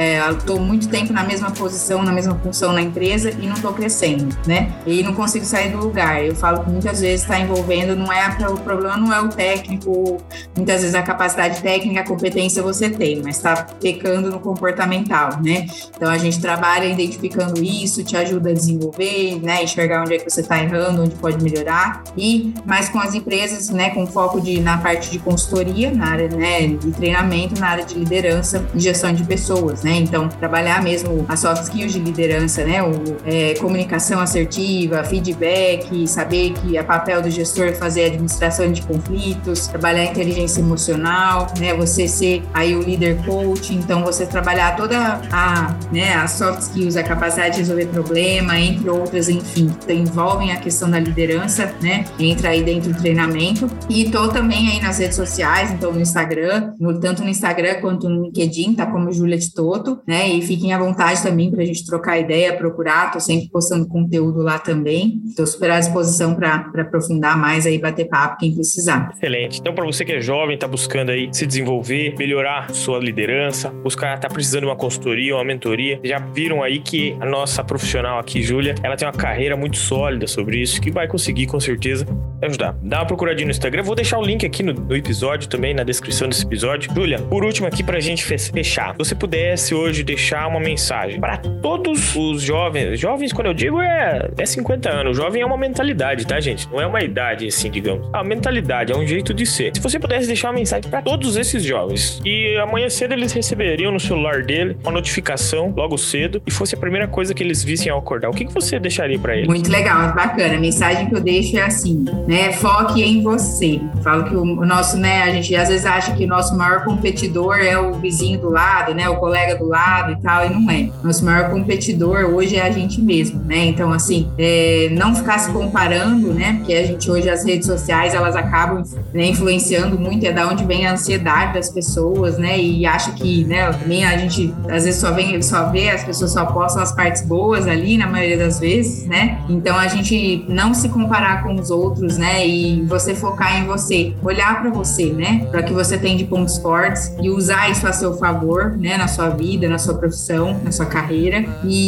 tô muito tempo na mesma posição, na mesma função na empresa e não tô crescendo, né? E não consigo sair do lugar. Eu falo que muitas vezes está envolvendo, o problema não é o técnico, muitas vezes a capacidade técnica, a competência você tem, mas tá pecando no comportamental, né? Então a gente trabalha identificando isso, te ajuda a desenvolver, né? Enxergar onde é que você tá errando, onde pode melhorar e mais com as empresas, né? Com foco na parte de consultoria, na área, né, de treinamento, na área de liderança e gestão de pessoas, né? Então, trabalhar mesmo as soft skills de liderança, né? Comunicação assertiva, feedback, saber que é papel do gestor fazer administração de conflitos, trabalhar a inteligência emocional, né? Você ser aí o líder coach, então você trabalhar toda as soft skills, a capacidade de resolver problema, entre outras, enfim, que envolvem a questão da liderança, né? Entra aí dentro do treinamento. E tô também aí nas redes sociais, então no Instagram, tanto no Instagram quanto no LinkedIn, tá como Júlia Titoto, né? E fiquem à vontade também pra gente trocar ideia, procurar, tô sempre postando conteúdo lá também. Tô super à disposição para aprofundar mais aí, bater papo, quem precisar. Excelente. Então, para você que é jovem, tá buscando aí se desenvolver, melhorar sua liderança, tá precisando de uma consultoria, uma mentoria, já viram aí que a nossa profissional aqui, Júlia, ela tem uma carreira muito sólida sobre isso, que vai conseguir, com certeza, ajudar. Dá uma procuradinha no Instagram. Vou deixar o link aqui no episódio também, na descrição desse episódio. Júlia, por último aqui pra gente fechar. Se você pudesse hoje deixar uma mensagem para todos os jovens, quando eu digo é 50 anos. O jovem é uma mentalidade, tá, gente? Não é uma idade, assim, digamos. A mentalidade é um jeito de ser. Se você pudesse deixar uma mensagem para todos esses jovens e amanhã cedo eles receberiam no celular dele uma notificação logo cedo e fosse a primeira coisa que eles vissem ao acordar, o que você deixaria para eles? Muito legal, bacana. A mensagem que eu deixo é assim, né? Foque em você. Falo que o nosso, né? A gente às vezes acha que o nosso maior competidor é o vizinho do lado, né? O colega do lado e tal, e não é. Nosso maior competidor hoje é a gente mesmo, né? Então, assim, não ficar se comparando, né? Porque a gente hoje, as redes sociais, elas acabam, né, influenciando muito, é da onde vem a ansiedade das pessoas, né? E acha que, né? Também a gente às vezes só vê, as pessoas só postam as partes boas ali, na maioria das vezes, né? Então a gente não se comparar com os outros, né? E você focar em você, olhar para você, né? Para que você tenha de pontos fortes e usar isso a seu favor, né? Na sua vida, na sua profissão, na sua carreira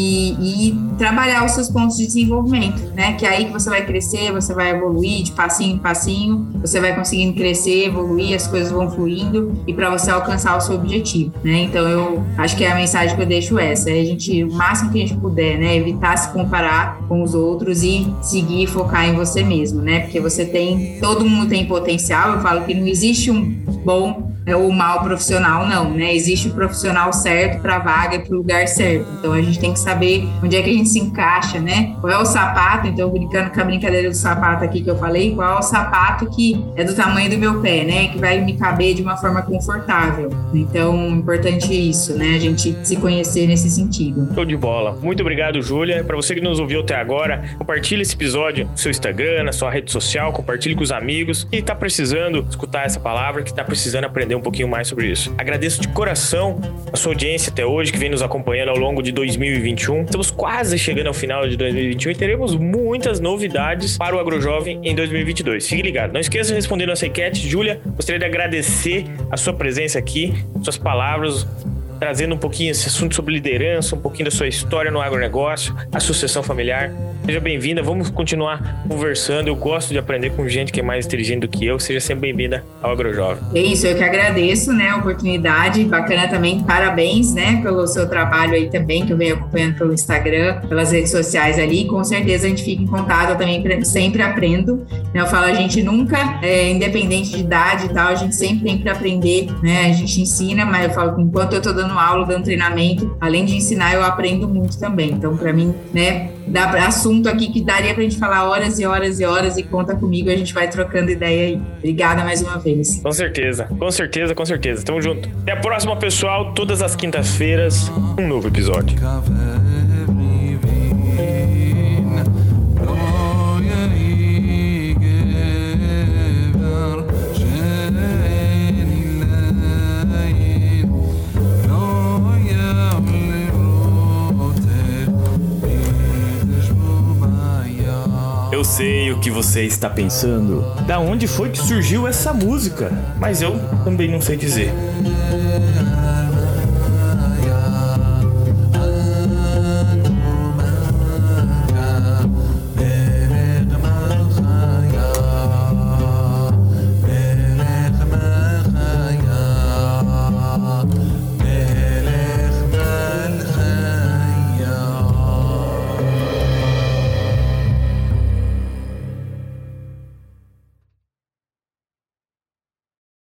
e trabalhar os seus pontos de desenvolvimento, né? Que é aí que você vai crescer, você vai evoluir de passinho em passinho, você vai conseguindo crescer, evoluir, as coisas vão fluindo e para você alcançar o seu objetivo, né? Então eu acho que a mensagem que eu deixo é essa, a gente, o máximo que a gente puder, né? Evitar se comparar com os outros e seguir e focar em você mesmo, né? Porque todo mundo tem potencial, eu falo que não existe um bom ou mal profissional, não, né? Existe o profissional certo para a vaga e para o lugar certo. Então, a gente tem que saber onde é que a gente se encaixa, né? Qual é o sapato, então, brincando com a brincadeira do sapato aqui que eu falei, qual é o sapato que é do tamanho do meu pé, né? Que vai me caber de uma forma confortável. Então, importante isso, né? A gente se conhecer nesse sentido. Show de bola. Muito obrigado, Júlia. Para você que nos ouviu até agora, compartilhe esse episódio no seu Instagram, na sua rede social, compartilhe com os amigos que tá precisando escutar essa palavra, que tá precisando aprender um pouquinho mais sobre isso. Agradeço de coração a sua audiência até hoje, que vem nos acompanhando ao longo de 2021. Estamos quase chegando ao final de 2021 e teremos muitas novidades para o AgroJovem em 2022. Fique ligado. Não esqueça de responder nossa enquete. Júlia, gostaria de agradecer a sua presença aqui, suas palavras, trazendo um pouquinho esse assunto sobre liderança, um pouquinho da sua história no agronegócio, a sucessão familiar. Seja bem-vinda, vamos continuar conversando. Eu gosto de aprender com gente que é mais inteligente do que eu. Seja sempre bem-vinda ao AgroJovem. É isso, eu que agradeço, né, a oportunidade. Bacana também, parabéns, né, pelo seu trabalho aí também, que eu venho acompanhando pelo Instagram, pelas redes sociais ali. Com certeza a gente fica em contato, eu também sempre aprendo. Eu falo, a gente nunca, independente de idade e tal, a gente sempre tem que aprender, né, a gente ensina, mas eu falo que enquanto eu tô dando aula, dando treinamento, além de ensinar, eu aprendo muito também. Então, para mim, né, dá assunto aqui que daria pra gente falar horas e horas e horas, e conta comigo, a gente vai trocando ideia aí. Obrigada mais uma vez. Com certeza, com certeza, com certeza. Tamo junto. Até a próxima, pessoal. Todas as quintas-feiras, um novo episódio. Eu sei o que você está pensando. Da onde foi que surgiu essa música? Mas eu também não sei dizer.